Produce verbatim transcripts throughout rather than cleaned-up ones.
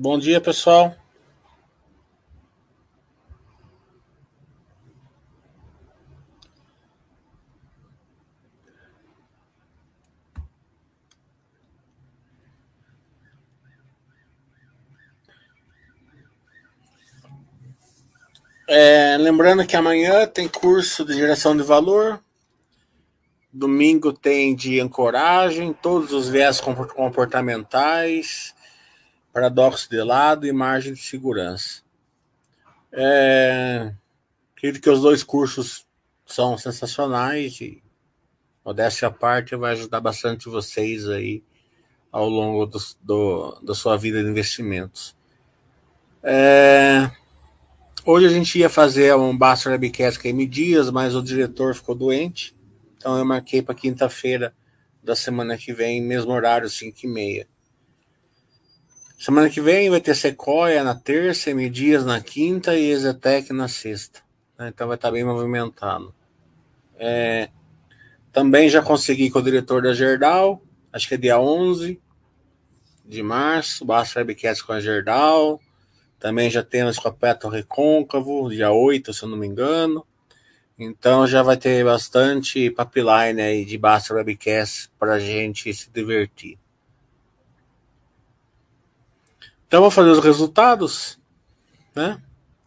Bom dia, pessoal. É, lembrando que amanhã tem curso de geração de valor, domingo tem de ancoragem, todos os viés comportamentais, paradoxo de lado e margem de segurança. É, acredito que os dois cursos são sensacionais e, modéstia à parte, vai ajudar bastante vocês aí ao longo do, do, da sua vida de investimentos. É, hoje a gente ia fazer um Basta Webcast com a M Dias, mas o diretor ficou doente. Então eu marquei para quinta-feira da semana que vem, mesmo horário, cinco e meia. Semana que vem vai ter Sequoia na terça, M Dias na quinta e Exetec na sexta. Então vai estar bem movimentado. É, também já consegui com o diretor da Gerdau, acho que é dia onze de março, Basta Webcast com a Gerdau. Também já temos com a Petro Recôncavo, dia oito, se eu não me engano. Então já vai ter bastante pipeline aí de Basta Webcast para a gente se divertir. Então vou fazer os resultados, né?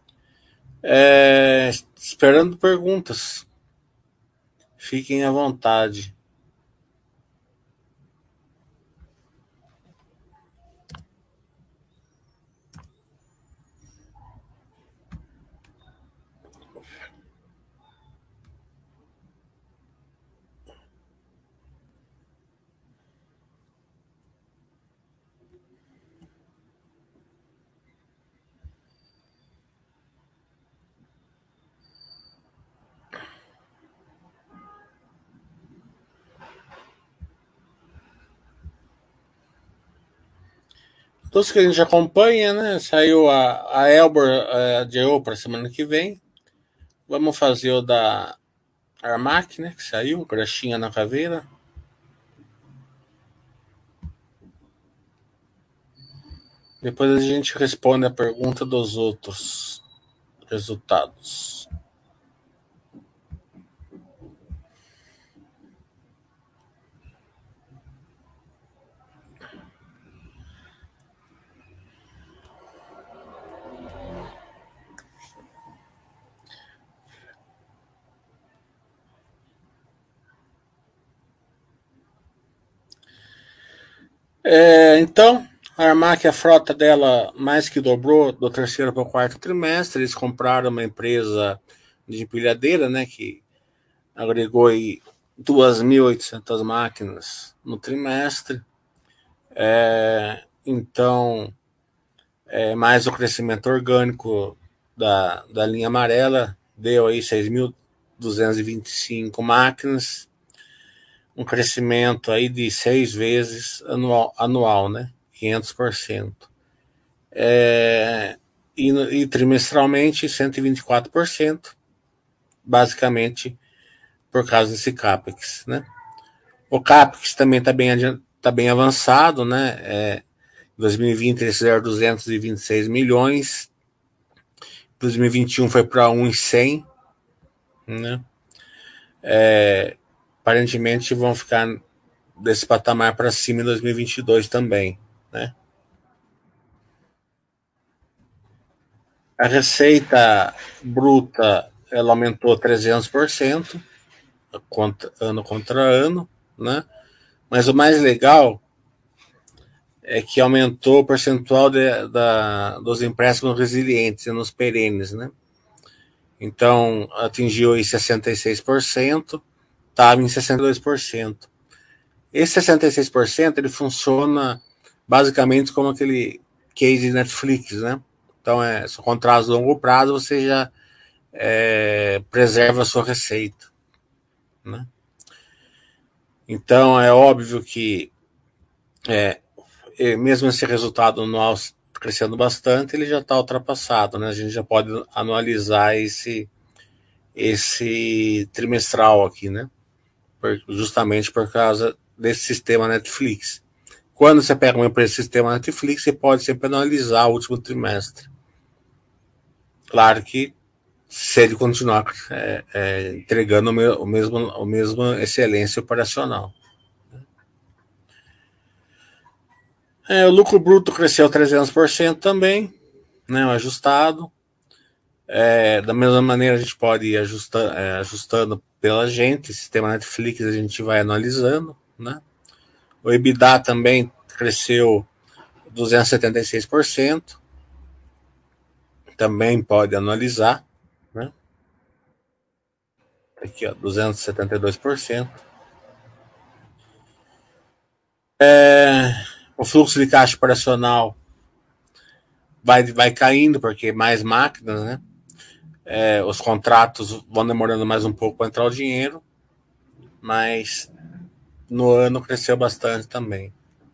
É, esperando perguntas. Fiquem à vontade. Todos que a gente acompanha, né? Saiu a, a Elbor adiou para semana que vem. Vamos fazer o da Armac, né? Que saiu, graxinha na caveira. Depois a gente responde a pergunta dos outros resultados. É, então, a Armac, a frota dela mais que dobrou do terceiro para o quarto trimestre. Eles compraram uma empresa de empilhadeira, né, que agregou aí duas mil e oitocentas máquinas no trimestre. É, então, é, mais o crescimento orgânico da, da linha amarela deu aí seis mil duzentas e vinte e cinco máquinas, um crescimento aí de seis vezes anual, anual, né? quinhentos por cento. É, e, e trimestralmente cento e vinte e quatro por cento, basicamente por causa desse CAPEX, né? O CAPEX também está bem, tá bem avançado, né? É, em dois mil e vinte eles fizeram duzentos e vinte e seis milhões, dois mil e vinte e um foi para um e cem, né? É, aparentemente vão ficar desse patamar para cima em dois mil e vinte e dois também, né? A receita bruta ela aumentou trezentos por cento ano contra ano, né? Mas o mais legal é que aumentou o percentual de, da, dos empréstimos resilientes e nos perenes, né? Então atingiu aí sessenta e seis por cento, estava em sessenta e dois por cento. Esse sessenta e seis por cento ele funciona basicamente como aquele case de Netflix, né? Então, é, se o contrato a longo prazo, você já é, preserva a sua receita, né? Então, é óbvio que é, mesmo esse resultado anual crescendo bastante, ele já está ultrapassado, né? A gente já pode anualizar esse, esse trimestral aqui, né? Por, justamente por causa desse sistema Netflix. Quando você pega uma empresa de sistema Netflix, você pode sempre analisar o último trimestre. Claro que se ele continuar é, é, entregando o mesmo, a mesma excelência operacional. É, o lucro bruto cresceu trezentos por cento também, né, o ajustado. É, da mesma maneira, a gente pode ir ajustando, é, ajustando pela gente, sistema Netflix a gente vai analisando. Né? O EBITDA também cresceu duzentos e setenta e seis por cento, também pode analisar. Né? Aqui, ó, duzentos e setenta e dois por cento. É, o fluxo de caixa operacional vai, vai caindo, porque mais máquinas, né? É, os contratos vão demorando mais um pouco para entrar o dinheiro, mas no ano cresceu bastante também.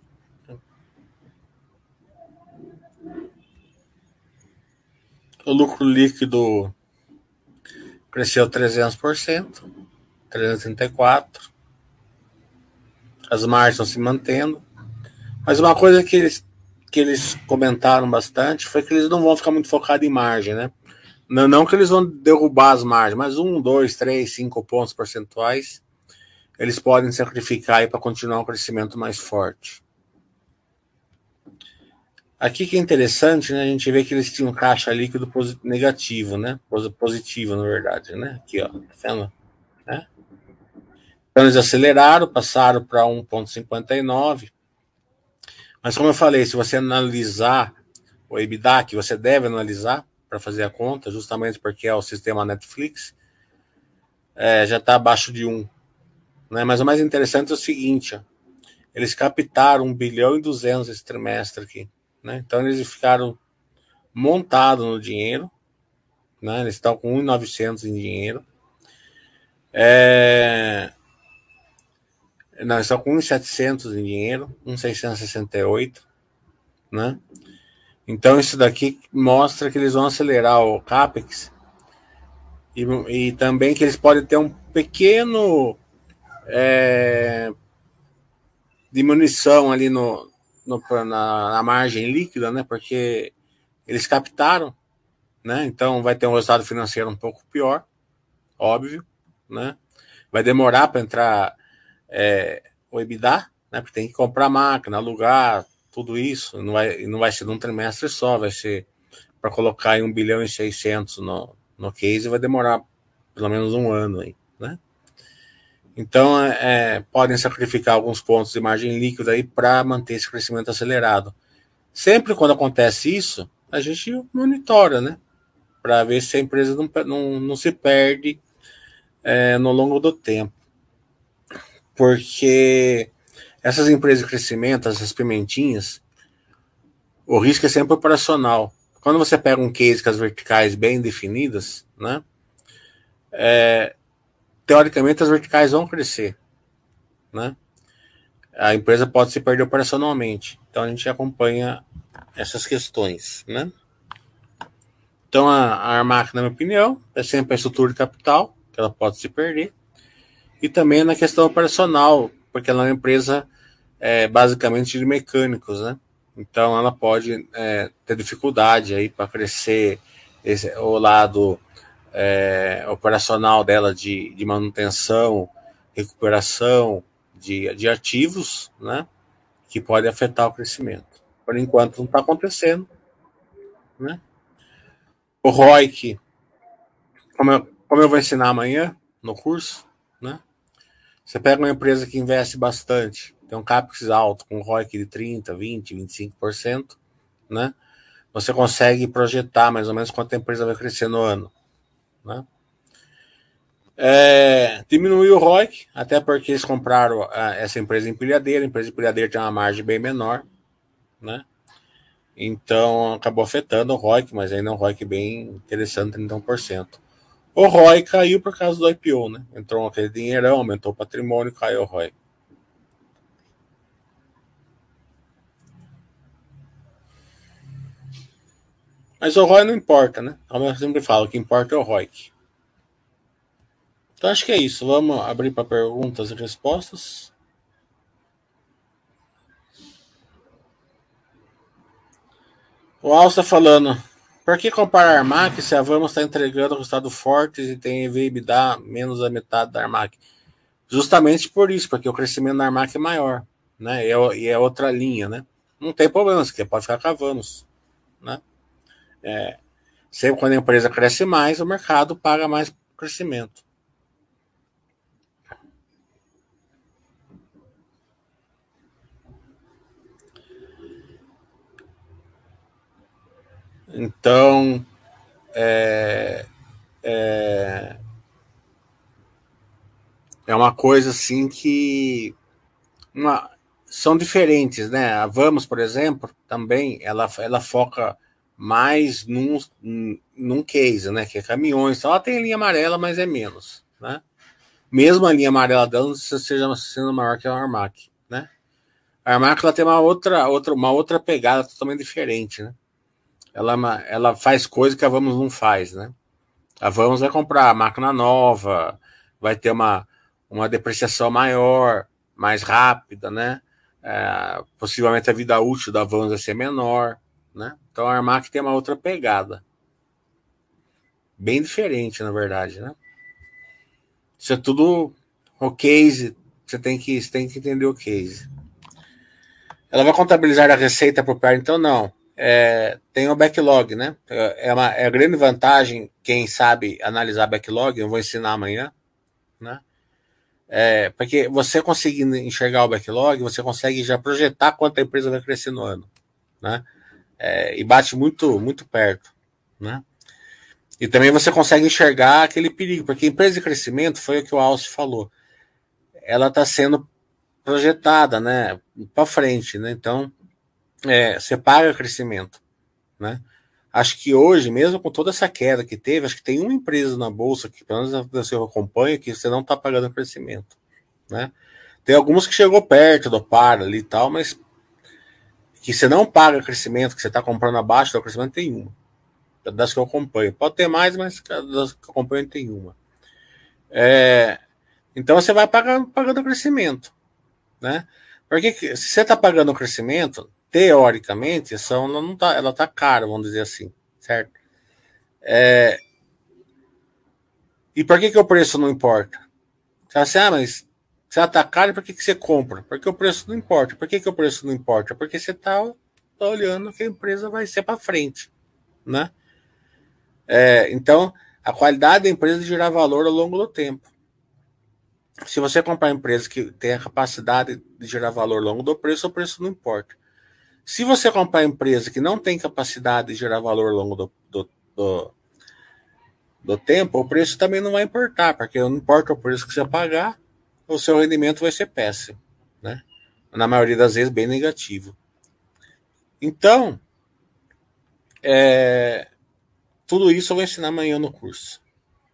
O lucro líquido cresceu trezentos por cento, trezentos e trinta e quatro por cento. As margens estão se mantendo. Mas uma coisa que eles, que eles comentaram bastante foi que eles não vão ficar muito focados em margem, né? Não, não que eles vão derrubar as margens, mas um, dois, três, cinco pontos percentuais eles podem sacrificar para continuar um crescimento mais forte. Aqui que é interessante, né? A gente vê que eles tinham caixa líquido negativo, né? Positivo, na verdade, né? Aqui, ó, tá vendo? Né? Então eles aceleraram, passaram para um vírgula cinquenta e nove. Mas como eu falei, se você analisar o EBITDA, que você deve analisar para fazer a conta, justamente porque é o sistema Netflix, é, já está abaixo de um. Né? Mas o mais interessante é o seguinte, ó, eles captaram um bilhão e duzentos esse trimestre aqui. Né? Então eles ficaram montados no dinheiro, né? Eles estão com um milhão e novecentos em dinheiro. É... Não, eles estão com um milhão e setecentos em dinheiro, um milhão seiscentos e sessenta e oito, né? Então isso daqui mostra que eles vão acelerar o CAPEX e, e também que eles podem ter um pequeno é, diminuição ali no, no na, na margem líquida, né? Porque eles captaram, né? Então vai ter um resultado financeiro um pouco pior, óbvio, né? Vai demorar para entrar é, o EBITDA, né? Porque tem que comprar máquina, alugar, tudo isso. Não vai, não vai ser num trimestre só, vai ser para colocar em um bilhão e seiscentos no, no case, vai demorar pelo menos um ano aí, né? Então, é, podem sacrificar alguns pontos de margem líquida aí para manter esse crescimento acelerado. Sempre quando acontece isso, a gente monitora, né? Para ver se a empresa não, não, não se perde é, no longo do tempo. Porque essas empresas de crescimento, essas pimentinhas, o risco é sempre operacional. Quando você pega um case com as verticais bem definidas, né? É, teoricamente as verticais vão crescer, né? A empresa pode se perder operacionalmente. Então a gente acompanha essas questões, né? Então a, a Armac, na minha opinião, é sempre a estrutura de capital, que ela pode se perder, e também na questão operacional, porque ela é uma empresa é, basicamente de mecânicos, né? Então ela pode é, ter dificuldade aí para crescer esse, o lado é, operacional dela de, de manutenção, recuperação de, de ativos, né? Que pode afetar o crescimento. Por enquanto não está acontecendo, né? O ROIC, como eu, como eu vou ensinar amanhã no curso, né? Você pega uma empresa que investe bastante, tem um CAPEX alto, com ROIC de trinta, vinte, vinte e cinco por cento, né? Você consegue projetar mais ou menos quanto a empresa vai crescer no ano, né? É, diminuiu o ROIC, até porque eles compraram a, essa empresa empilhadeira, a empresa empilhadeira tem uma margem bem menor, né? Então acabou afetando o ROIC, mas ainda é um ROIC bem interessante, trinta e um por cento. O ROI caiu por causa do I P O, né? Entrou aquele dinheirão, aumentou o patrimônio, caiu o ROI. Mas o ROI não importa, né? Como eu sempre falo, o que importa é o ROIC. Então acho que é isso. Vamos abrir para perguntas e respostas. O Al está falando, por que comprar a Armac se a Vamos está entregando resultados fortes e tem E V e B I menos da metade da Armac? Justamente por isso, porque o crescimento da Armac é maior, né? E é, e é outra linha, né? Não tem problema, você pode ficar com a Vamos, né? É, sempre quando a empresa cresce mais, o mercado paga mais crescimento. Então, é, é, é uma coisa assim que uma, são diferentes, né? A Vamos, por exemplo, também ela, ela foca mais num, num case, né? Que é caminhões. Então ela tem linha amarela, mas é menos, né? Mesmo a linha amarela dela não seja sendo maior que a Armac, né? A Armac ela tem uma outra, outra, uma outra pegada totalmente diferente, né? Ela, ela faz coisa que a Vamos não faz, né? A Vamos vai comprar máquina nova, vai ter uma, uma depreciação maior, mais rápida, né? É, possivelmente a vida útil da Vamos vai ser menor, né? Então a Armac tem uma outra pegada, bem diferente, na verdade, né? Isso é tudo o case, você tem que, você tem que entender o case. Ela vai contabilizar a receita por perto, então não. É, tem o backlog, né? É, uma, é a grande vantagem, quem sabe analisar backlog, eu vou ensinar amanhã, né? É, porque você conseguindo enxergar o backlog, você consegue já projetar quanto a empresa vai crescer no ano, né? É, e bate muito, muito perto, né? E também você consegue enxergar aquele perigo, porque a empresa de crescimento foi o que o Alce falou. Ela está sendo projetada, né, para frente, né? Então, é, você paga crescimento, né? Acho que hoje, mesmo com toda essa queda que teve, acho que tem uma empresa na bolsa que pelo menos você acompanha que você não está pagando crescimento, né? Tem alguns que chegou perto do par ali e tal, mas que você não paga crescimento, que você está comprando abaixo do crescimento, tem uma. Das que eu acompanho. Pode ter mais, mas das que eu acompanho tem uma. É, então você vai pagando, pagando crescimento, né? Porque se você está pagando crescimento, teoricamente, essa ela não tá, ela tá cara, vamos dizer assim, certo? É, e por que, que o preço não importa? Você fala assim, ah, mas se ela tá cara, por que, que você compra? Porque o preço não importa. Por que, que o preço não importa? Porque você está tá olhando que a empresa vai ser para frente, né? É, então, a qualidade da empresa gerar valor ao longo do tempo. Se você comprar empresa que tem a capacidade de gerar valor ao longo do preço, o preço não importa. Se você comprar empresa que não tem capacidade de gerar valor ao longo do, do, do, do tempo, o preço também não vai importar, porque não importa o preço que você pagar, o seu rendimento vai ser péssimo, né? Na maioria das vezes, bem negativo. Então, é, tudo isso eu vou ensinar amanhã no curso.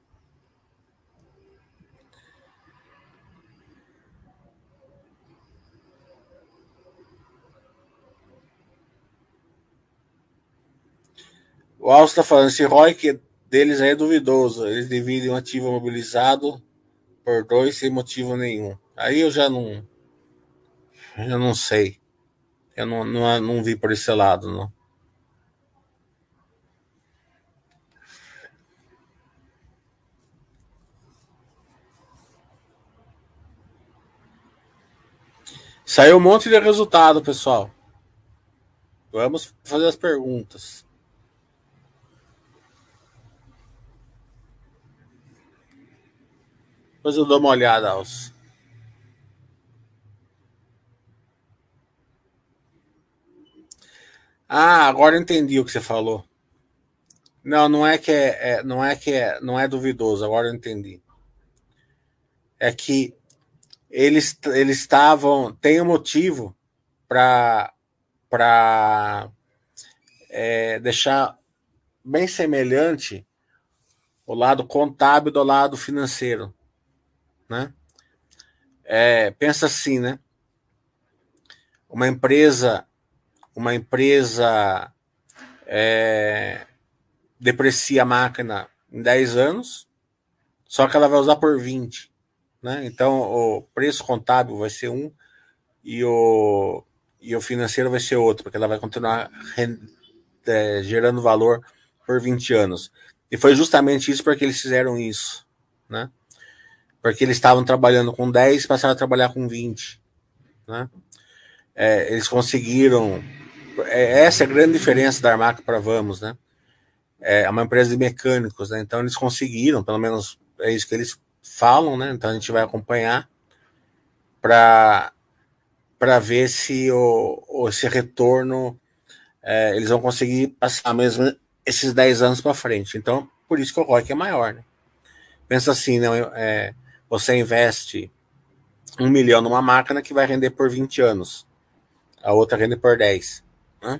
O Alcio está falando, esse R O I que deles aí é duvidoso. Eles dividem um ativo mobilizado por dois sem motivo nenhum. Aí eu já não, eu não sei. Eu não, não, não vi por esse lado, não. Saiu um monte de resultado, pessoal. Vamos fazer as perguntas. Depois eu dou uma olhada, Alcio. Ah, agora eu entendi o que você falou. Não, não é que é, é não é que é, não é duvidoso. Agora eu entendi. É que eles eles estavam tem um motivo para para é, deixar bem semelhante o lado contábil do lado financeiro, né? É, pensa assim, né? Uma empresa, uma empresa é, deprecia a máquina em dez anos, só que ela vai usar por vinte, né? Então o preço contábil vai ser um e o, e o financeiro vai ser outro, porque ela vai continuar é, gerando valor por vinte anos. E foi justamente isso porque eles fizeram isso, né? Porque eles estavam trabalhando com dez e passaram a trabalhar com vinte, né? É, eles conseguiram. É, essa é a grande diferença da Armac para Vamos, né? É uma empresa de mecânicos, né? Então eles conseguiram, pelo menos é isso que eles falam, né? Então a gente vai acompanhar para para ver se o, esse retorno é, eles vão conseguir passar mesmo esses dez anos para frente. Então, por isso que o R O I C é maior, né? Pensa assim, né? É, você investe um milhão numa máquina que vai render por vinte anos, a outra rende por dez, né?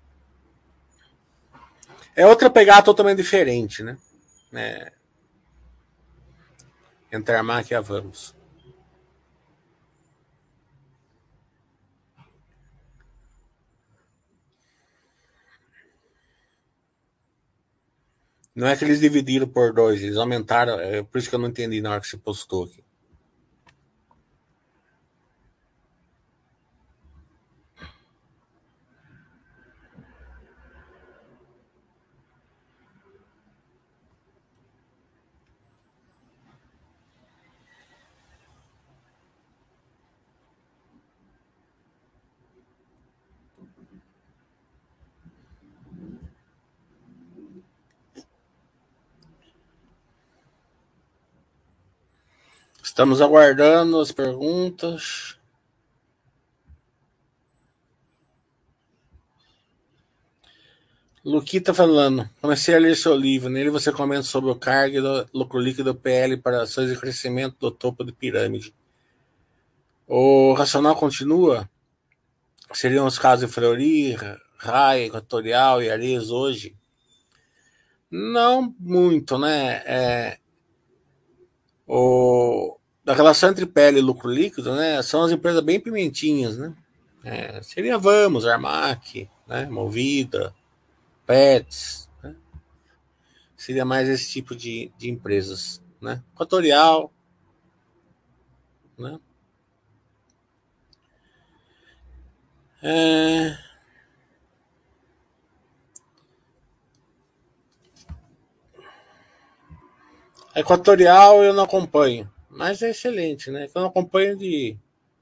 É outra pegada totalmente diferente, né? É, entre a Armac e a Vamos. Não é que eles dividiram por dois, eles aumentaram. É por isso que eu não entendi na hora que você postou aqui. Estamos aguardando as perguntas. Luquita falando. Comecei a ler seu livro. Nele você comenta sobre o cargo do lucro líquido P L para ações de crescimento do topo de pirâmide. O racional continua? Seriam os casos de Fleury, Raia, Equatorial e Areias hoje? Não muito, né? É, o, da relação entre pele e lucro líquido, né? São as empresas bem pimentinhas, né? É, seria Vamos, Armac, né? Movida, Pets, né? Seria mais esse tipo de, de empresas, né? Equatorial, né? É, Equatorial eu não acompanho, mas é excelente, né? Eu não acompanho de,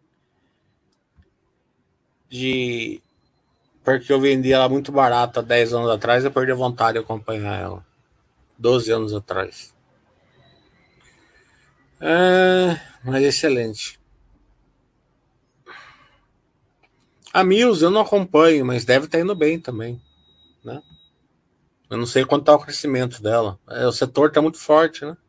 de porque eu vendi ela muito barata dez anos atrás, eu perdi a vontade de acompanhar ela. Doze anos atrás. É, mas excelente. A Mills eu não acompanho, mas deve estar indo bem também, né? Eu não sei quanto está o crescimento dela. É, o setor está muito forte, né?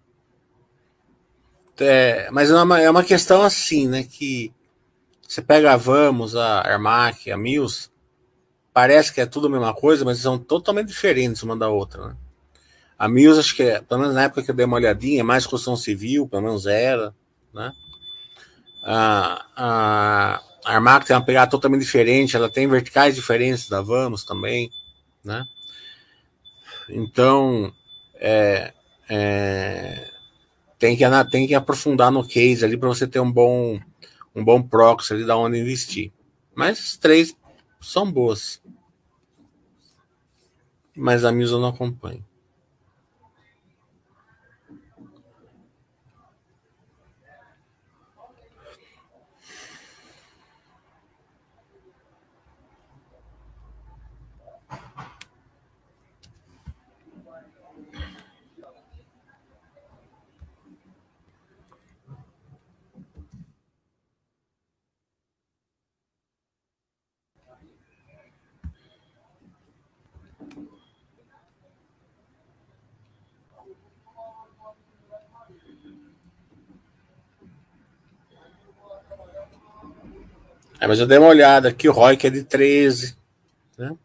É, mas é uma, é uma questão assim, né? Que você pega a Vamos, a Armac, a Mills, parece que é tudo a mesma coisa, mas são totalmente diferentes uma da outra, né? A Mills, acho que é, pelo menos na época que eu dei uma olhadinha, é mais construção civil, pelo menos era, né? A, a, a Armac tem uma pegada totalmente diferente, ela tem verticais diferentes da Vamos também, né? Então, é, é, tem, que, tem que aprofundar no case ali para você ter um bom, um bom proxy ali da onde investir. Mas as três são boas. Mas a Mills eu não acompanho. É, mas eu dei uma olhada aqui, o R O I C é de treze, né?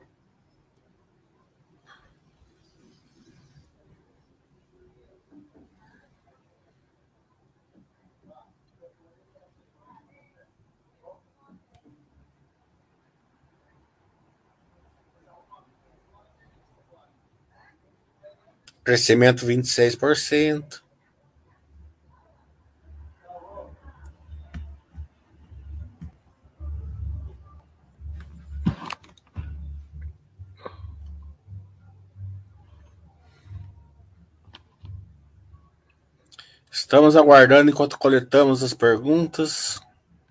Crescimento vinte e seis por cento. Estamos aguardando enquanto coletamos as perguntas.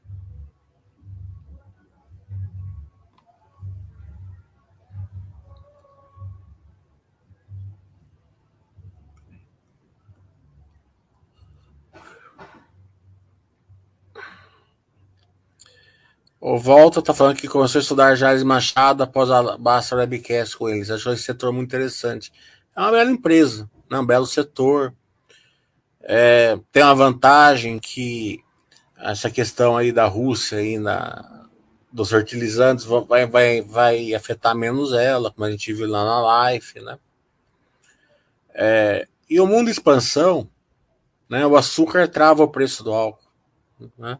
O Volta tá falando que começou a estudar Jales Machado após a Basta Webcast com eles. Achou esse setor muito interessante. É uma bela empresa, né? Um belo setor. É, tem uma vantagem que essa questão aí da Rússia aí na, dos fertilizantes vai, vai, vai afetar menos ela, como a gente viu lá na Life, né? É, e o mundo expansão, né? O açúcar trava o preço do álcool, né?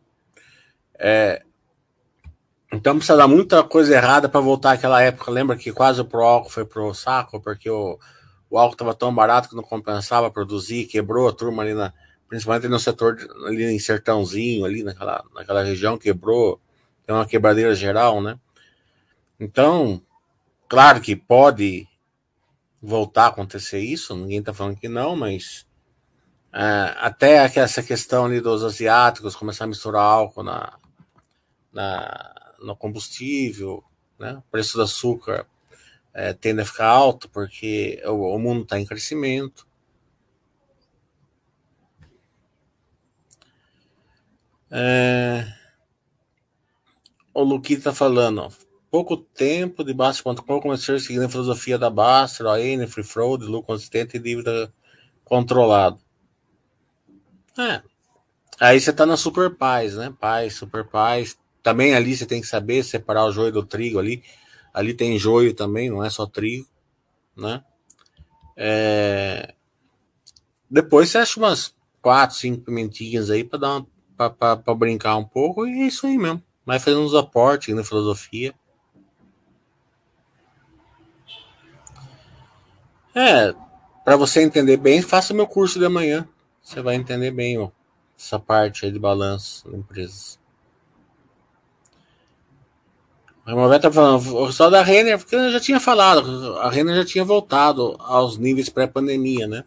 Então precisa dar muita coisa errada para voltar àquela época. Lembra que quase o pro álcool foi pro saco, porque o, o álcool estava tão barato que não compensava produzir, quebrou a turma ali na. Principalmente no setor ali em Sertãozinho, ali naquela, naquela região, quebrou. Tem uma quebradeira geral, né? Então, claro que pode voltar a acontecer isso, ninguém está falando que não, mas é, até essa questão ali dos asiáticos começar a misturar álcool na, na, no combustível, né? O preço do açúcar é, tende a ficar alto porque o, o mundo está em crescimento. É, o Luqui está falando, ó, pouco tempo de Basta ponto com comecei seguindo a filosofia da Basta, O N, Free Float, lucro consistente e dívida controlado. É, aí você está na Super Paz, né? Paz, Super Paz. Também ali você tem que saber separar o joio do trigo ali. Ali tem joio também, não é só trigo, né? É, depois você acha umas quatro, cinco pimentinhas aí para dar uma, pra, pra, pra brincar um pouco e é isso aí mesmo. Vai fazendo uns aportes na filosofia. É, para você entender bem, faça meu curso de amanhã. Você vai entender bem ó, essa parte aí de balanço da empresa. A Moveta tá falando, só da Renner, porque eu já tinha falado, a Renner já tinha voltado aos níveis pré-pandemia, né?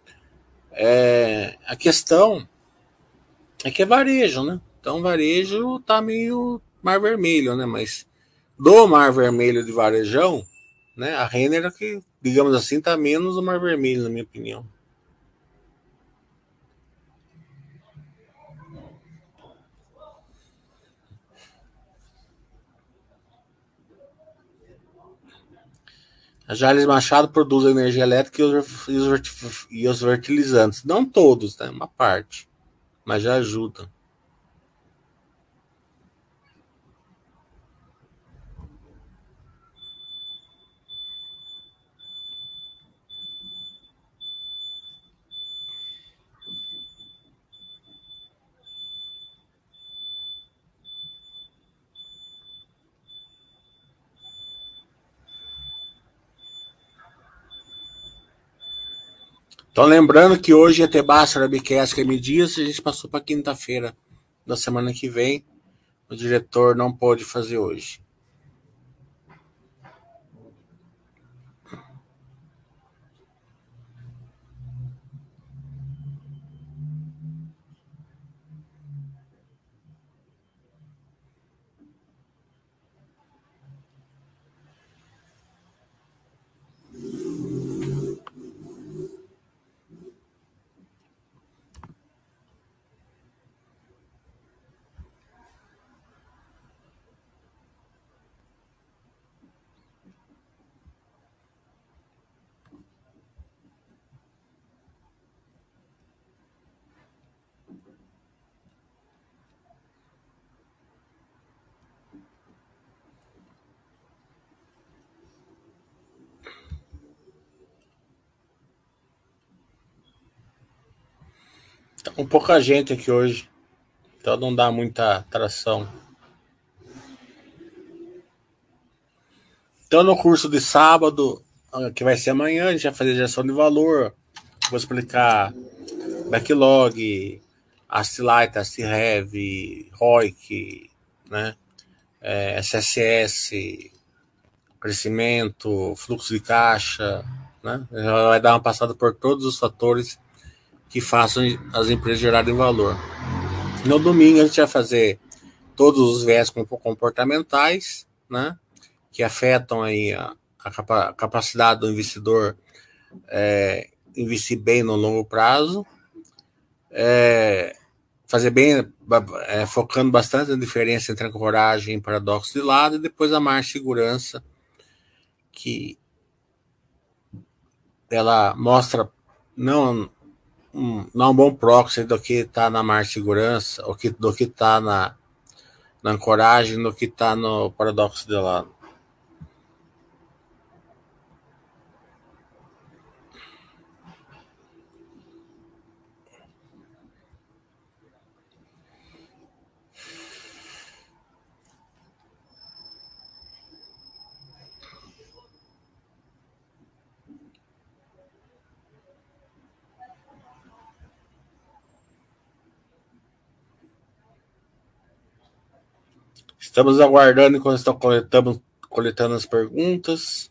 É, a questão é que é varejo, né? Então varejo tá meio mar vermelho, né? Mas do mar vermelho de varejão, né? A Renner é que, digamos assim, tá menos o mar vermelho, na minha opinião. A Jales Machado produz energia elétrica e os, e os, e os fertilizantes. Não todos, né? Uma parte. Mas já ajuda. Então, lembrando que hoje ia ter Basta Webcast M Dias, a gente passou para quinta-feira da semana que vem. O diretor não pôde fazer hoje. Tá com pouca gente aqui hoje, então não dá muita atração. Então, no curso de sábado, que vai ser amanhã, a gente vai fazer gestão de valor. Vou explicar backlog, AST-Light, AST-Heavy, R O I C, né? É, S S S, crescimento, fluxo de caixa, né? Já vai dar uma passada por todos os fatores que façam as empresas gerarem valor. No domingo a gente vai fazer todos os viés comportamentais, né, que afetam aí a, a, capa, a capacidade do investidor é, investir bem no longo prazo, é, fazer bem, é, focando bastante na diferença entre a coragem e paradoxo de lado, e depois a marcha segurança, que ela mostra não um, não um bom proxy do que está na marcha segurança, ou que, do que está na, na ancoragem, do que está no paradoxo de lado. Estamos aguardando enquanto estão coletando, coletando as perguntas.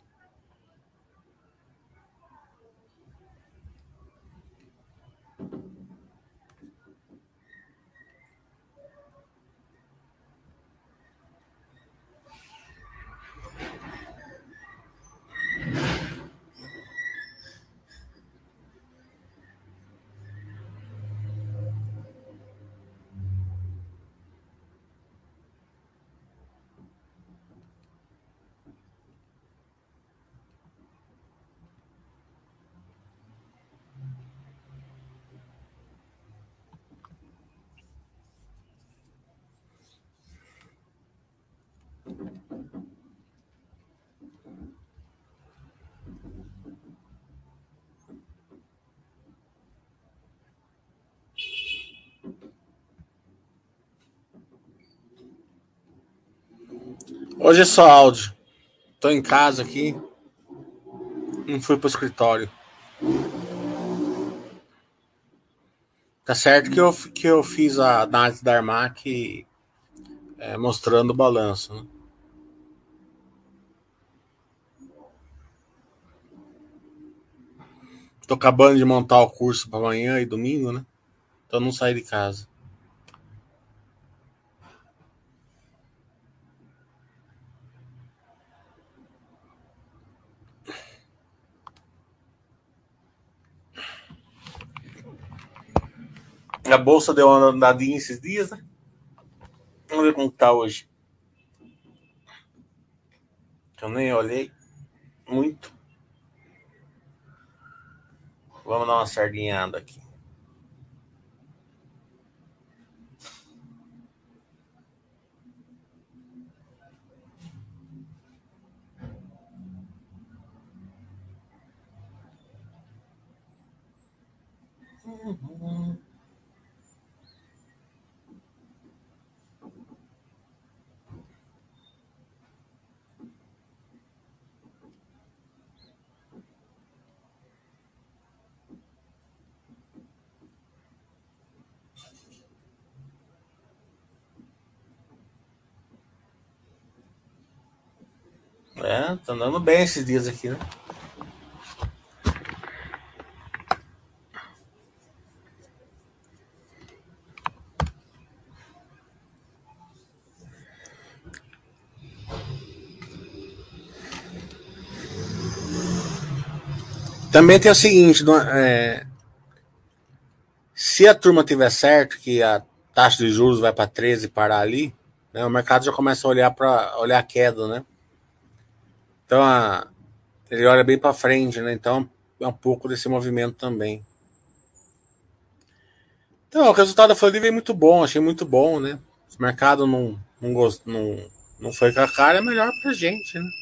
Hoje é só áudio. Estou em casa aqui. Não fui para o escritório. Tá certo que eu, que eu fiz a análise da Armac é, mostrando o balanço. Né? Tô acabando de montar o curso para amanhã e domingo, né? Então não saí de casa. A bolsa deu uma andadinha esses dias, né? Vamos ver como tá hoje. Eu nem olhei muito. Vamos dar uma sardinhada aqui. Uhum. É, tá andando bem esses dias aqui, né? Também tem o seguinte, é, se a turma tiver certo que a taxa de juros vai para treze e parar ali, né, o mercado já começa a olhar para olhar a queda, né? Então a, ele olha bem para frente, né? Então é um pouco desse movimento também. Então o resultado da Florida veio muito bom, achei muito bom, né? Se o mercado não não, gost, não, não foi com a cara, é melhor para gente, né?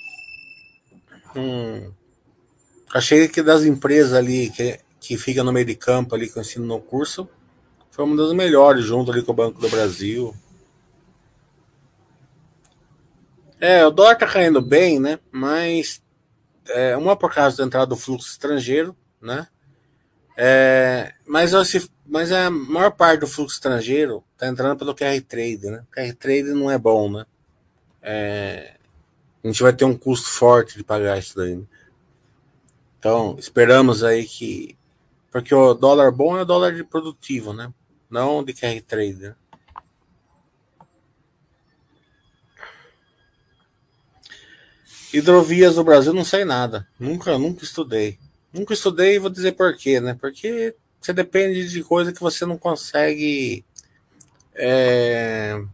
Hum, achei que das empresas ali que que fica no meio de campo ali que eu ensino no curso, foi uma das melhores, junto ali com o Banco do Brasil. É, o dólar tá caindo bem, né? Mas é, uma por causa da entrada do fluxo estrangeiro, né? É, mas, esse, mas a maior parte do fluxo estrangeiro tá entrando pelo carry trade, né? O carry trade não é bom, né? A gente vai ter um custo forte de pagar isso daí. Né? Então, esperamos aí que Porque o dólar bom é o dólar de produtivo, né? Não de carry trader. Hidrovias do Brasil não sei nada. Nunca, nunca estudei. Nunca estudei e vou dizer por quê, né? Porque você depende de coisa que você não consegue é,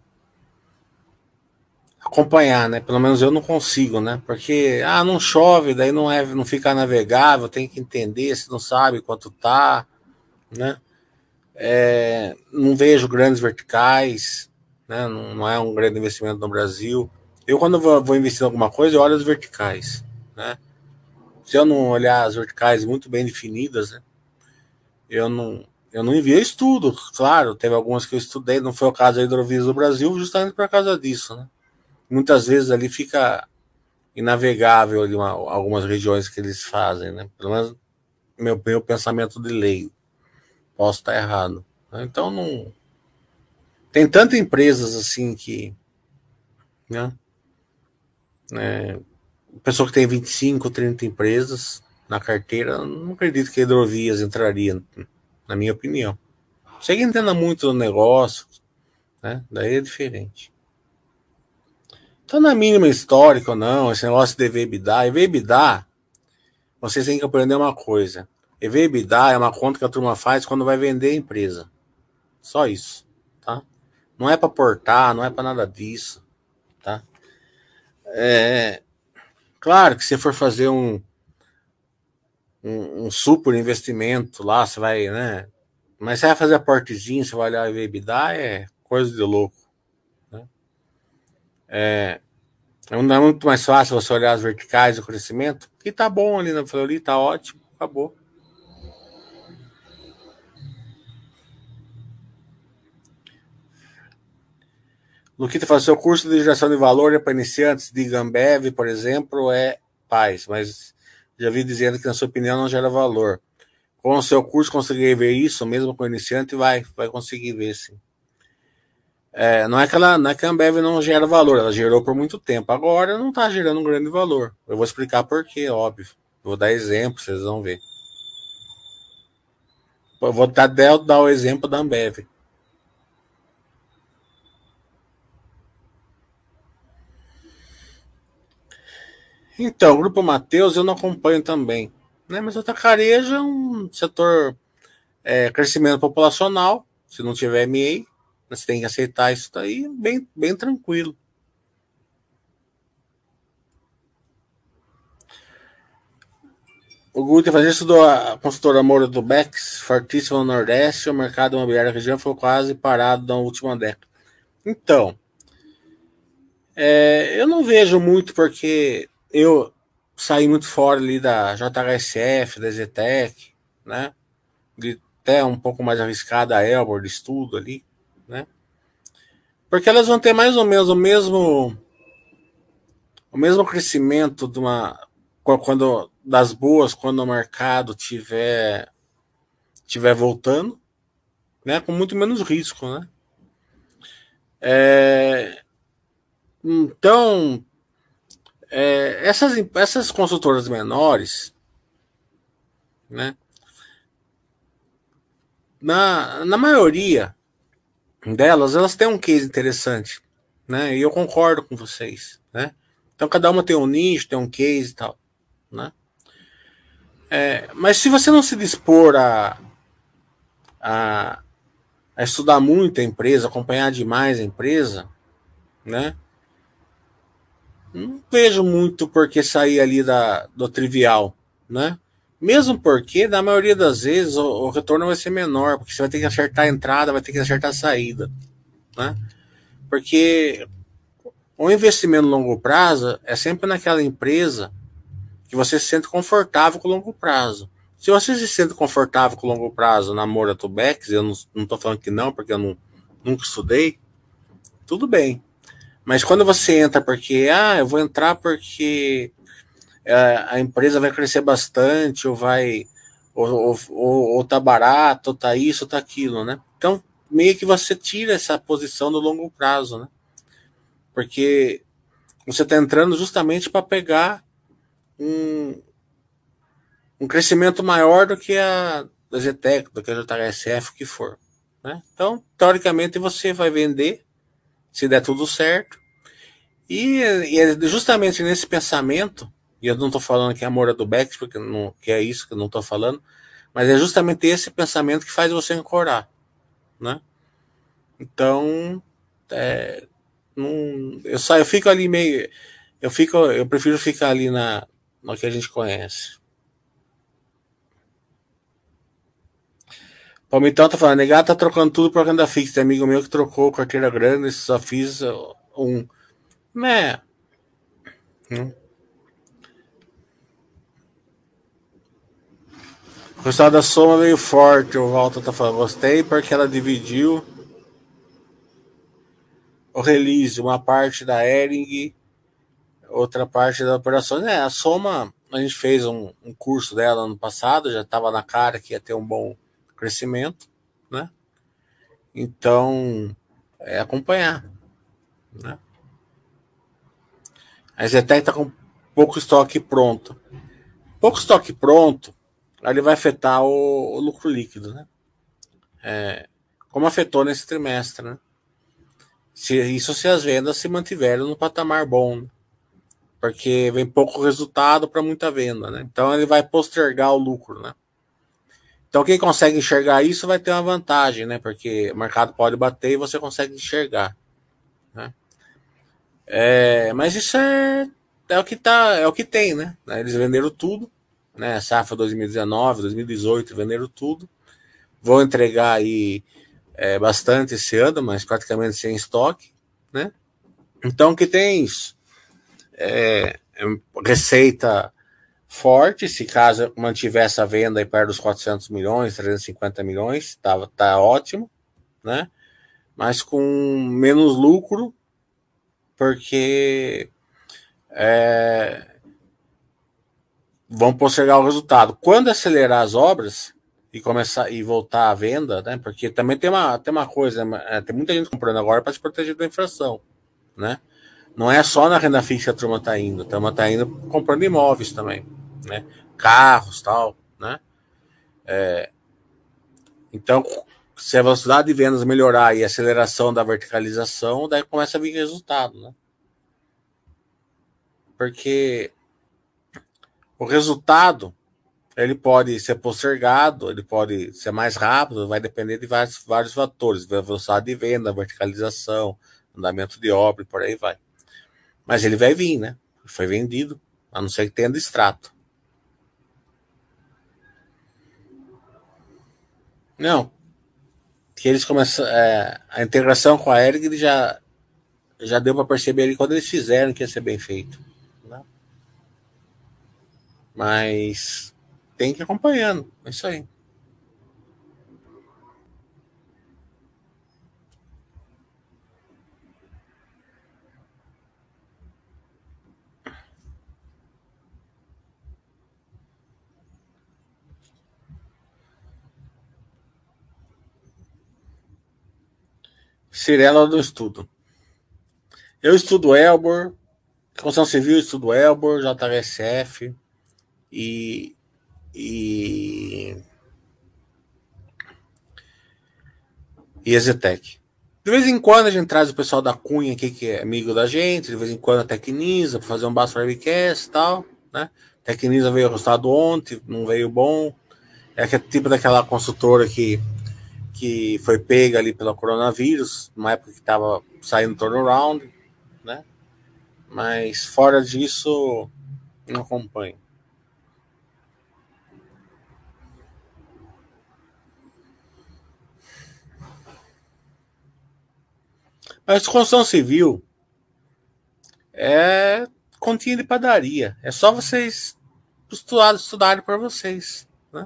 acompanhar, né? Pelo menos eu não consigo, né? Porque ah, não chove, daí não é, não fica navegável, tem que entender, se não sabe quanto tá, né? É, não vejo grandes verticais, né? Não, não é um grande investimento no Brasil. Eu quando vou, vou investir em alguma coisa, eu olho as verticais, né? Se eu não olhar as verticais muito bem definidas, né? Eu não, eu não enviei estudo, claro, teve algumas que eu estudei, não foi o caso da Hidrovias do Brasil, justamente por causa disso, né? Muitas vezes ali fica inavegável ali uma, algumas regiões que eles fazem, né? Pelo menos meu, meu pensamento de lei. Posso estar errado. Então não. Tem tantas empresas assim que. Né? É, pessoa que tem vinte e cinco, trinta empresas na carteira, não acredito que a Hidrovias entraria, na minha opinião. Sei que entenda muito do negócio, né? Daí é diferente. Então, na mínima histórica ou não, esse negócio de E V EBITDA, E V EBITDA, vocês têm que aprender uma coisa. E V EBITDA é uma conta que a turma faz quando vai vender a empresa. Só isso, tá? Não é para portar, não é para nada disso, tá? É claro que se for fazer um, um, um super investimento lá, você vai, né? Mas você vai fazer a portezinha, você vai olhar o E V EBITDA, é coisa de louco, né? É muito mais fácil você olhar as verticais do crescimento, que tá bom ali na Fleury, tá ótimo, acabou. Luquita fala, seu curso de geração de valor é para iniciantes de Gambev, por exemplo, é paz, mas já vi dizendo que, na sua opinião, não gera valor. Com o seu curso, conseguir ver isso, mesmo com iniciante, vai, vai conseguir ver, sim. É, não, é que ela, não é que a Ambev não gera valor, ela gerou por muito tempo. Agora não está gerando um grande valor. Eu vou explicar por quê, óbvio. Vou dar exemplo, vocês vão ver. Eu vou dar, dar o exemplo da Ambev. Então, o Grupo Mateus eu não acompanho também. Né? Mas o Tacarejo é um setor é, crescimento populacional. Se não tiver M A, você tem que aceitar isso daí bem, bem tranquilo. O Guto fazia isso da consultora Moura do Bex, fortíssimo no Nordeste, o mercado imobiliário da região foi quase parado na última década. Então, é, eu não vejo muito porque eu saí muito fora ali da J H S F, da Zetec, né? De até um pouco mais arriscada a Elbor de estudo ali, né? Porque elas vão ter mais ou menos o mesmo o mesmo crescimento de uma quando das boas quando o mercado tiver tiver voltando, né? Com muito menos risco, né? É, então, é, essas, essas consultoras menores, né? Na, na maioria delas, elas têm um case interessante, né? E eu concordo com vocês, né? Então, cada uma tem um nicho, tem um case e tal, né? É, mas se você não se dispor a, a, a estudar muito a empresa, acompanhar demais a empresa, né? Não vejo muito por que sair ali da, do trivial, né? Mesmo porque, na maioria das vezes, o, o retorno vai ser menor, porque você vai ter que acertar a entrada, vai ter que acertar a saída, né? Porque o investimento a longo prazo é sempre naquela empresa que você se sente confortável com o longo prazo. Se você se sente confortável com o longo prazo na Moura Tubex, eu não estou falando que não, porque eu não, nunca estudei, tudo bem. Mas quando você entra porque, ah, eu vou entrar porque é, a empresa vai crescer bastante, ou vai, ou, ou, ou, ou tá barato, ou tá isso, ou tá aquilo, né? Então, meio que você tira essa posição do longo prazo, né? Porque você está entrando justamente para pegar um, um crescimento maior do que a, da Zetec, do J H S F, o que for. Né? Então, teoricamente, você vai vender, se der tudo certo. E, e é justamente nesse pensamento, e eu não estou falando que é amor do Beck, porque não, que é isso que eu não estou falando, mas é justamente esse pensamento que faz você ancorar. Né? Então, é, não, eu só eu fico ali meio. Eu, fico, eu prefiro ficar ali na, no que a gente conhece. Palmitão tá falando, negar tá trocando tudo por renda fixa. Tem amigo meu que trocou carteira grande, só fiz um. Né? Hum. O pessoal da Soma veio forte, o Walter tá falando. Gostei porque ela dividiu o release, uma parte da Ering, outra parte da operação. É, a Soma, a gente fez um, um curso dela ano passado, já estava na cara que ia ter um bom crescimento, né? Então, é acompanhar, né? A Zetec está com pouco estoque pronto. Pouco estoque pronto, ele vai afetar o, o lucro líquido, né? É, como afetou nesse trimestre, né? Se, isso se as vendas se mantiverem no patamar bom, né? Porque vem pouco resultado para muita venda, né? Então ele vai postergar o lucro, né? Então quem consegue enxergar isso vai ter uma vantagem, né? Porque o mercado pode bater e você consegue enxergar, né? É, mas isso é, é o que tá, é o que tem, né? Eles venderam tudo, né? Safra dois mil e dezenove, dois mil e dezoito venderam tudo. Vão entregar aí é, bastante esse ano, mas praticamente sem estoque, né? Então o que tem isso? É, é receita forte, se caso mantiver essa venda aí perto dos quatrocentos milhões, trezentos e cinquenta milhões, tá, tá ótimo, né? Mas com menos lucro, porque é, vão postergar o resultado. Quando acelerar as obras e começar e voltar à venda, né? Porque também tem uma, tem uma coisa, né? Tem muita gente comprando agora para se proteger da inflação, né? Não é só na renda fixa que a turma está indo, a turma está indo comprando imóveis também, né? Carros, tal, né? Então, se a velocidade de vendas melhorar e a aceleração da verticalização, daí começa a vir resultado, né? Porque o resultado ele pode ser postergado, ele pode ser mais rápido, vai depender de vários, vários fatores, velocidade de venda, verticalização, andamento de obra e por aí vai. Mas ele vai vir, né? Foi vendido, a não ser que tenha distrato. Não, que eles começam é, a integração com a Eric ele já já deu para perceber ali quando eles fizeram que ia ser bem feito, né? Mas tem que ir acompanhando, é isso aí. Cirela do estudo. Eu estudo Elbor, construção civil, estudo Elbor, J H S F e e e Exetec. De vez em quando a gente traz o pessoal da Cunha aqui, que é amigo da gente, de vez em quando a Tecnisa, para fazer um Basso Webcast e tal, né? Tecnisa veio resultado ontem, não veio bom. É aquele tipo daquela consultora que, que foi pega ali pelo coronavírus, numa época que estava saindo turnaround, né? Mas fora disso, não acompanho. Mas construção civil é continha de padaria. É só vocês estudar, estudarem para vocês. Né?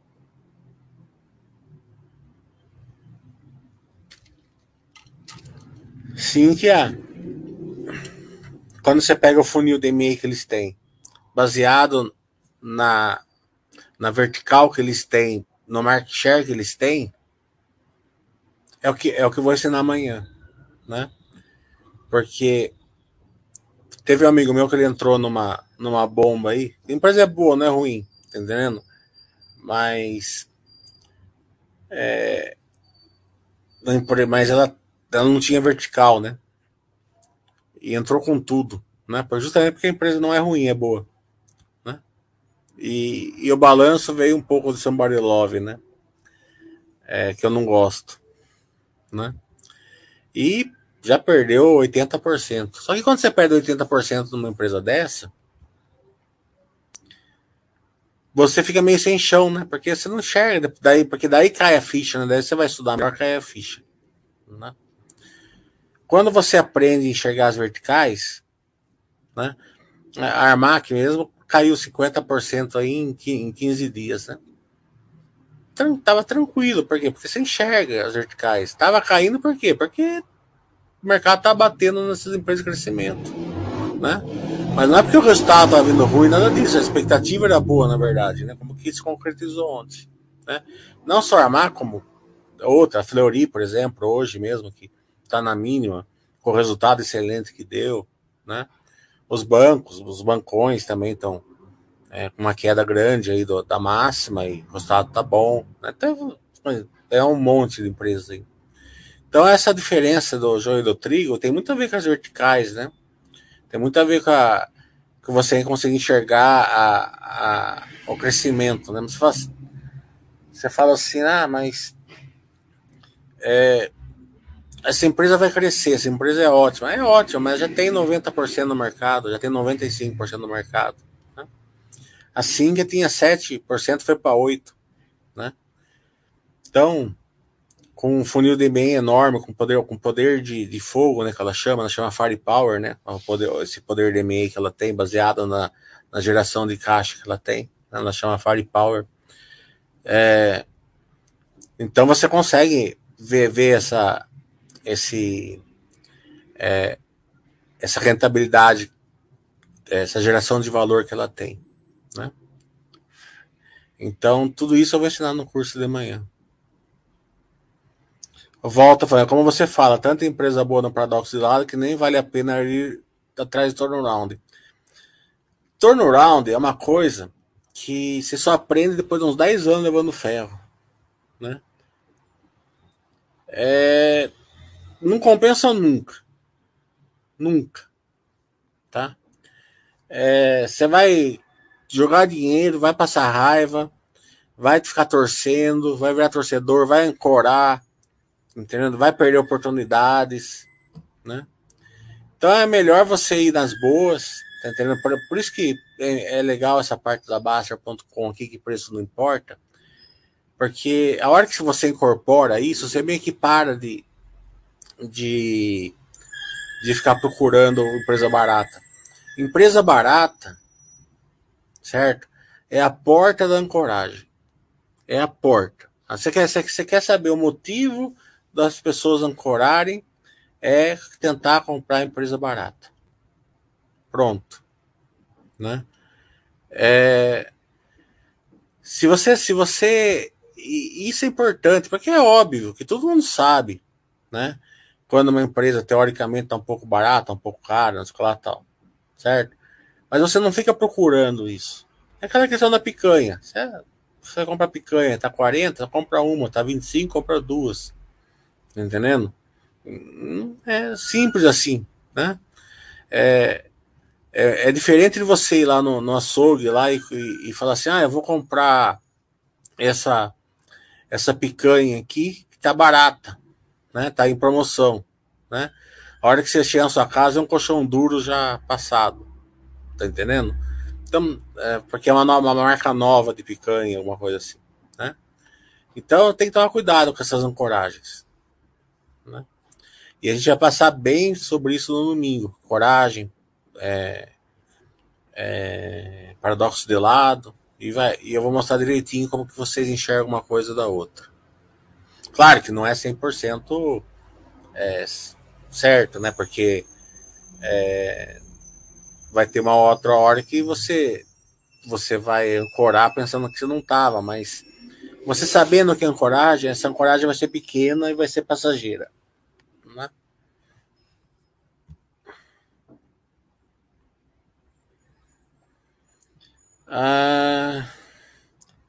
Sim que há. Quando você pega o funil de e-mail que eles têm, baseado na, na vertical que eles têm, no market share que eles têm, é o que, é o que eu vou ensinar amanhã. Né? Porque teve um amigo meu que ele entrou numa, numa bomba aí. A empresa é boa, não é ruim, tá entendendo? Mas mas ela, ela não tinha vertical, né? E entrou com tudo, né? Justamente porque a empresa não é ruim, é boa, né? E, e o balanço veio um pouco do Somebody Love, né? É, que eu não gosto, né? E já perdeu oitenta por cento. Só que quando você perde oitenta por cento numa empresa dessa, você fica meio sem chão, né? Porque você não enxerga, daí, porque daí cai a ficha, né? Daí você vai estudar melhor, cai a ficha, né? Quando você aprende a enxergar as verticais, né? A Armac mesmo caiu cinquenta por cento aí em quinze dias, né? Tava tranquilo, por quê? Porque você enxerga as verticais. Tava caindo por quê? Porque o mercado tá batendo nessas empresas de crescimento, né? Mas não é porque o resultado estava vindo ruim, nada disso. A expectativa era boa, na verdade, né? Como que se concretizou ontem, né? Não só a Armac, como outra, a Fleury, por exemplo, hoje mesmo, que está na mínima, com o resultado excelente que deu, né? Os bancos, os bancões também estão é, com uma queda grande aí do, da máxima e o resultado tá bom, né? Então, é um monte de empresas aí. Então, essa diferença do joio e do trigo tem muito a ver com as verticais, né? Tem muito a ver com, a, com você conseguir enxergar a, a, o crescimento, né? Você fala, você fala assim, ah, mas essa empresa vai crescer, essa empresa é ótima. É ótima, mas já tem noventa por cento no mercado, já tem noventa e cinco por cento no mercado. Né? A Singa tinha sete por cento, foi para oito por cento. Né? Então, com um funil de bem enorme, com poder, com poder de, de fogo, né, que ela chama, ela chama Firepower, né? Poder, esse poder de M A que ela tem, baseado na, na geração de caixa que ela tem. Né, ela chama Firepower. É, então você consegue ver, ver essa, esse, essa rentabilidade, essa geração de valor que ela tem. Né? Então, tudo isso eu vou ensinar no curso de manhã. Volta a falar, como você fala, tanta empresa boa no paradoxo de lado que nem vale a pena ir atrás do turnaround. Turnaround é uma coisa que você só aprende depois de uns dez anos levando ferro. Né? É, não compensa nunca. Nunca. Tá? É, você vai jogar dinheiro, vai passar raiva, vai ficar torcendo, vai virar torcedor, vai ancorar, entendeu? Vai perder oportunidades, né? Então é melhor você ir nas boas, tá entendendo? Por, por isso que é, é legal essa parte da Baster ponto com aqui, que preço não importa, porque a hora que você incorpora isso, você meio que para de, de, de ficar procurando empresa barata. Empresa barata, certo? É a porta da ancoragem. É a porta. Você quer, você quer saber o motivo das pessoas ancorarem? É tentar comprar empresa barata. Pronto. Né? É, se você, se você, e isso é importante, porque é óbvio que todo mundo sabe, né? Quando uma empresa teoricamente está um pouco barata, um pouco cara, não sei lá tal, certo? Mas você não fica procurando isso. É aquela questão da picanha. Você, você compra picanha, tá quarenta, compra uma, tá vinte e cinco, compra duas. Tá entendendo? É simples assim, né? É, é diferente de você ir lá no, no açougue lá e, e, e falar assim, ah, eu vou comprar essa essa picanha aqui que tá barata, né? Tá em promoção, né? A hora que você chega na sua casa é um colchão duro já passado, tá entendendo? Então, é, porque é uma, nova, uma marca nova de picanha, alguma coisa assim, né? Então tem que tomar cuidado com essas ancoragens, né? E a gente vai passar bem sobre isso no domingo. Coragem, é, paradoxo de lado, e, vai, e eu vou mostrar direitinho como que vocês enxergam uma coisa da outra. Claro que não é cem por cento é, certo, né? Porque vai ter uma outra hora que você você vai ancorar pensando que você não estava, mas você sabendo que é ancoragem, essa ancoragem vai ser pequena e vai ser passageira, né? Ah,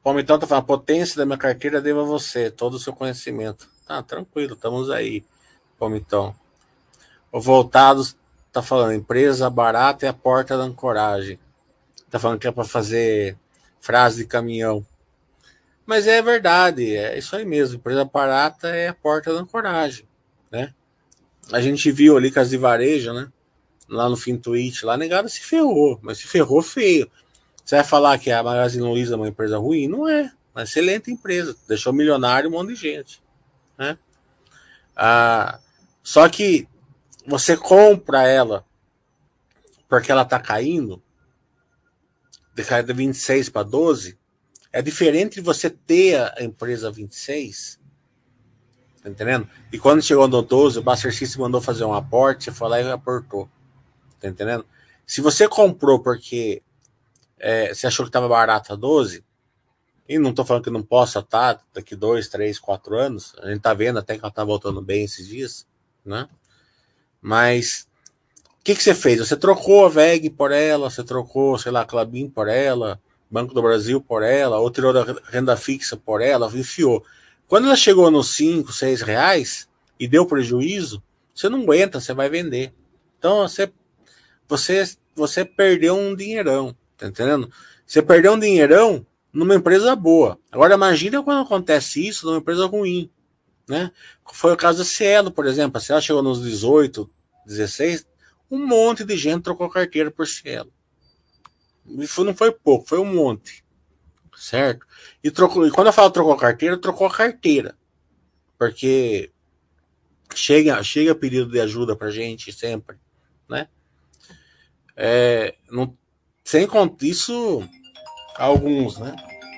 Palmitão tá falando, a potência da minha carteira devo a você, todo o seu conhecimento. Tá, tranquilo, estamos aí, Palmitão. O Voltados tá falando, empresa barata é a porta da ancoragem. Tá falando que é para fazer frase de caminhão. Mas é verdade, é isso aí mesmo. Empresa barata é a porta da ancoragem, né? A gente viu ali com as de varejo, né? Lá no Fintuit, lá negado se ferrou, mas se ferrou feio. Você vai falar que a Magazine Luiza é uma empresa ruim? Não é. Uma excelente empresa. Deixou milionário um monte de gente, né? Ah, só que você compra ela porque ela tá caindo, de cair de vinte e seis para doze, é diferente de você ter a empresa vinte e seis, tá entendendo? E quando chegou no doze, o Buster System mandou fazer um aporte, você foi lá e aportou, tá entendendo? Se você comprou porque é, você achou que estava barato a doze, e não estou falando que não possa estar daqui dois, três, quatro anos, a gente tá vendo até que ela tá voltando bem esses dias, né? Mas o que, que você fez? Você trocou a V E G por ela, você trocou, sei lá, a Clabin por ela, Banco do Brasil por ela, ou tirou da renda fixa por ela, enfiou. Quando ela chegou nos cinco, seis reais e deu prejuízo, você não aguenta, você vai vender. Então você, você, você perdeu um dinheirão, tá entendendo? Você perdeu um dinheirão numa empresa boa. Agora imagina quando acontece isso numa empresa ruim, né? Foi o caso da Cielo, por exemplo. A Cielo chegou nos dezoito, dezesseis, um monte de gente trocou carteira por Cielo. E foi, não foi pouco, foi um monte, certo? E, trocou, e quando eu falo trocou carteira, trocou a carteira. Porque chega, chega pedido de ajuda pra gente sempre, né? É, não, sem contar isso, alguns, né?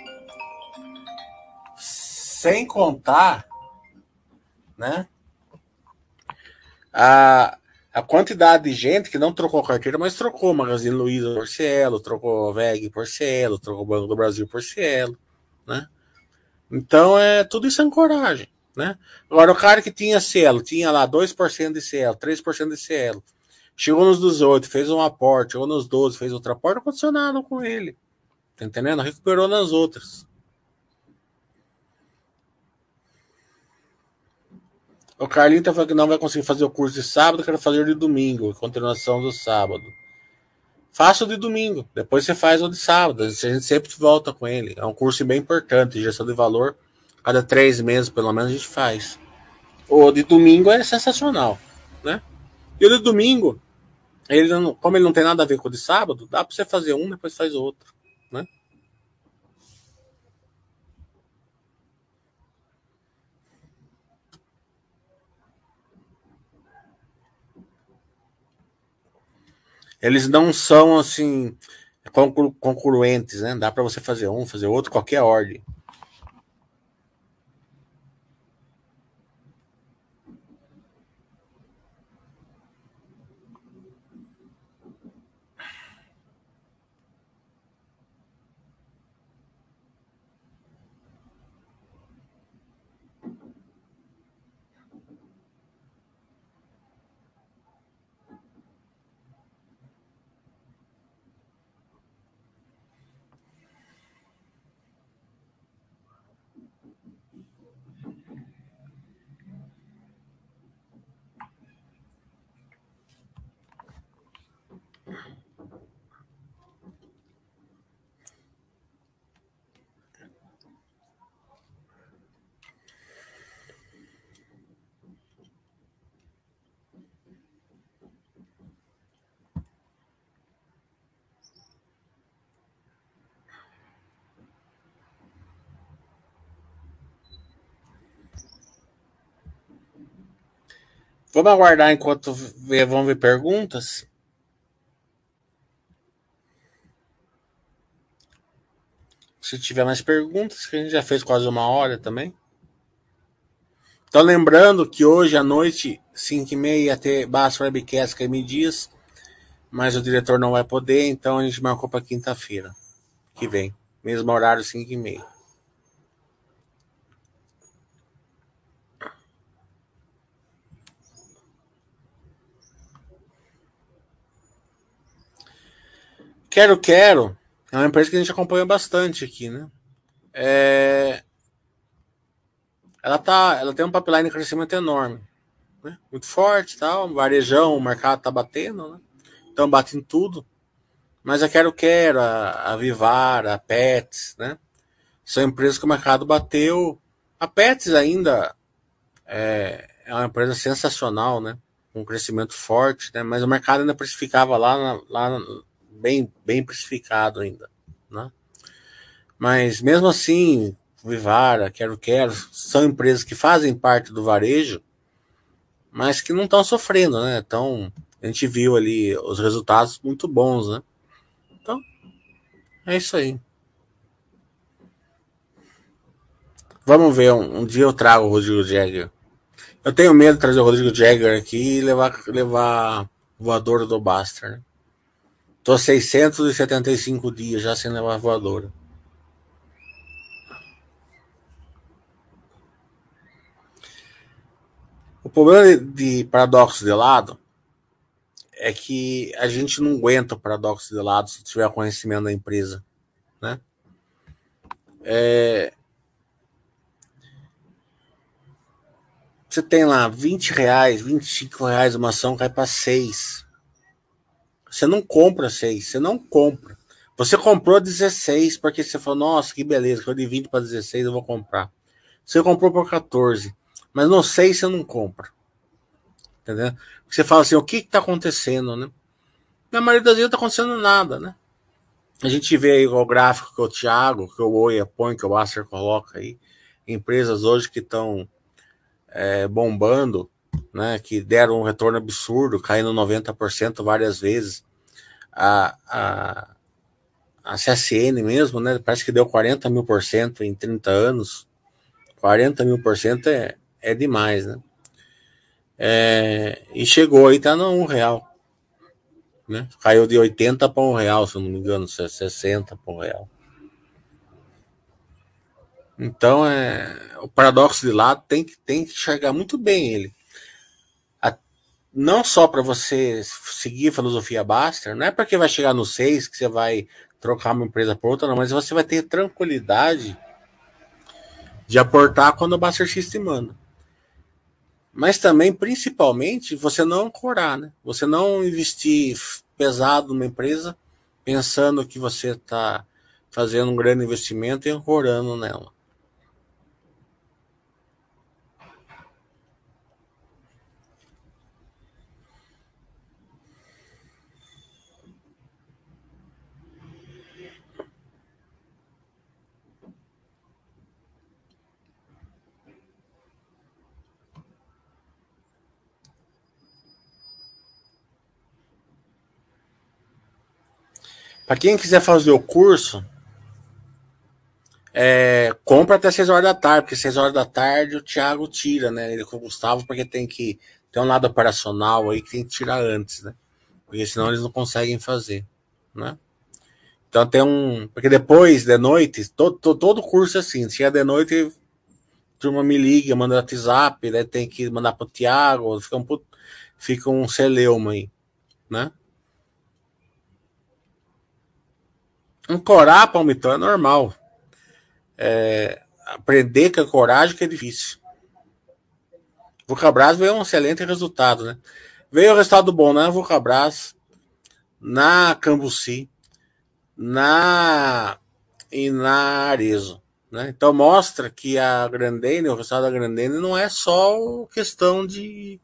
Sem contar, né? A, a quantidade de gente que não trocou carteira, mas trocou Magazine Luiza por Cielo, trocou V E G por Cielo, trocou Banco do Brasil por Cielo, né? Então é tudo isso é ancoragem, né? Agora o cara que tinha Cielo, tinha lá dois por cento de Cielo, três por cento de Cielo, chegou nos dezoito, fez um aporte, chegou nos doze, fez outro aporte, não aconteceu nada com ele, tá entendendo? Recuperou nas outras. O Carlinho tá falando que não vai conseguir fazer o curso de sábado, quero fazer de domingo, continuação do sábado. Faça o de domingo, depois você faz o de sábado. A gente sempre volta com ele. É um curso bem importante, gestão de valor. Cada três meses, pelo menos, a gente faz. O de domingo é sensacional, né? E o de domingo, ele não, como ele não tem nada a ver com o de sábado, dá para você fazer um, depois faz outro, né? Eles não são assim concluentes, né? Dá para você fazer um, fazer outro, qualquer ordem. Vamos aguardar enquanto vê, vão ver perguntas. Se tiver mais perguntas, que a gente já fez quase uma hora também. Então, lembrando que hoje à noite, cinco e meia, ia ter Baixo Webcast com a M Dias, mas o diretor não vai poder, então a gente marcou para quinta-feira que vem. Mesmo horário, cinco e meia. Quero Quero é uma empresa que a gente acompanha bastante aqui, né? É, ela, tá, ela tem um pipeline de crescimento enorme, né? Muito forte, tal, varejão, o mercado tá batendo, né? Então bate em tudo. Mas a Quero Quero, a, a Vivara, a Pets, né? São empresas que o mercado bateu. A Pets ainda é, é uma empresa sensacional, né? Com um crescimento forte, né? Mas o mercado ainda precificava lá, na, lá bem, bem precificado ainda, né? Mas mesmo assim, Vivara, Quero Quero, são empresas que fazem parte do varejo, mas que não estão sofrendo, né? Então, a gente viu ali os resultados muito bons, né? Então, é isso aí. Vamos ver, um, um dia eu trago o Rodrigo Jagger. Eu tenho medo de trazer o Rodrigo Jagger aqui e levar, levar voadora do Baster, né? Tô seiscentos e setenta e cinco dias já sem levar voadora. O problema de paradoxo de lado é que a gente não aguenta o paradoxo de lado se tiver conhecimento da empresa, né? É, você tem lá vinte reais, vinte e cinco reais uma ação, cai para seis. Você não compra seis, você não compra. Você comprou dezesseis porque você falou, nossa, que beleza, que eu de vinte para dezesseis eu vou comprar. Você comprou por quatorze, mas no seis você não compra. Entendeu? Você fala assim, o que está acontecendo, né? Na maioria das vezes não está acontecendo nada, né? A gente vê aí o gráfico que o Thiago, que o Oia põe, que o Acer coloca aí, empresas hoje que estão é, bombando, né, que deram um retorno absurdo, caindo noventa por cento várias vezes. A, a, a C S N mesmo, né, parece que deu quarenta mil por cento em trinta anos. quarenta mil por cento é, é demais, né? É, e chegou aí, tá no um real. Né? Caiu de oitenta para um real, se eu não me engano, sessenta para um real. Então, é, o paradoxo de lado tem que, tem que enxergar muito bem ele. A, não só para você seguir a filosofia Baster, não é porque vai chegar no seis que você vai trocar uma empresa por outra, não, mas você vai ter tranquilidade de aportar quando o Baster X te manda. Mas também, principalmente, você não ancorar, né? Você não investir pesado numa empresa pensando que você está fazendo um grande investimento e ancorando nela. Para quem quiser fazer o curso, é, compra até seis horas da tarde, porque seis horas da tarde o Thiago tira, né? Ele com o Gustavo, porque tem que ter um lado operacional aí que tem que tirar antes, né? Porque senão eles não conseguem fazer, né? Então tem um. Porque depois, de noite, todo, todo, todo curso é assim, chega de noite, a turma me liga, manda WhatsApp, daí tem que mandar pro Thiago, fica um, fica um celeuma aí, né? Ancorar, Palmitão, é normal. Aprender com a coragem que é difícil. Vulcabras veio um excelente resultado, né? Veio o resultado bom na Vulcabras, na Cambuci, na e na Arezo. Né? Então mostra que a Grandene, o resultado da Grandene não é só questão de,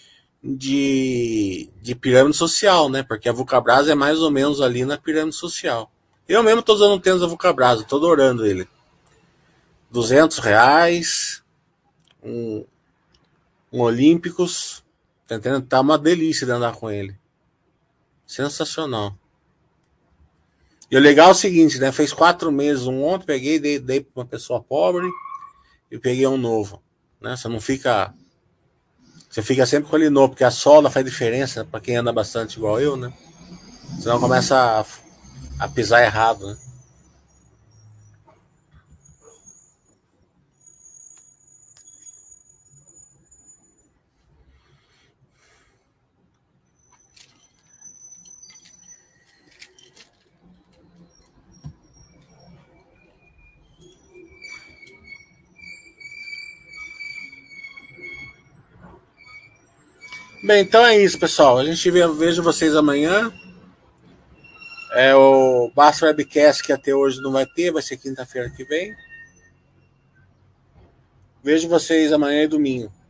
de, de pirâmide social, né? Porque a Vulcabras é mais ou menos ali na pirâmide social. Eu mesmo estou usando um tênis da Vulcabras, estou adorando ele. duzentos reais, um, um Olímpicos, tá entendendo? Tá uma delícia de andar com ele. Sensacional. E o legal é o seguinte, né? Fez quatro meses, um ontem, peguei, dei, dei para uma pessoa pobre e peguei um novo. Né? Você não fica. Você fica sempre com ele novo, porque a sola faz diferença para quem anda bastante igual eu, né? Senão começa a, a pisar errado, né? Bem, então é isso, pessoal. A gente vê, vejo vocês amanhã. É o Basta Webcast que até hoje não vai ter, vai ser quinta-feira que vem. Vejo vocês amanhã e domingo.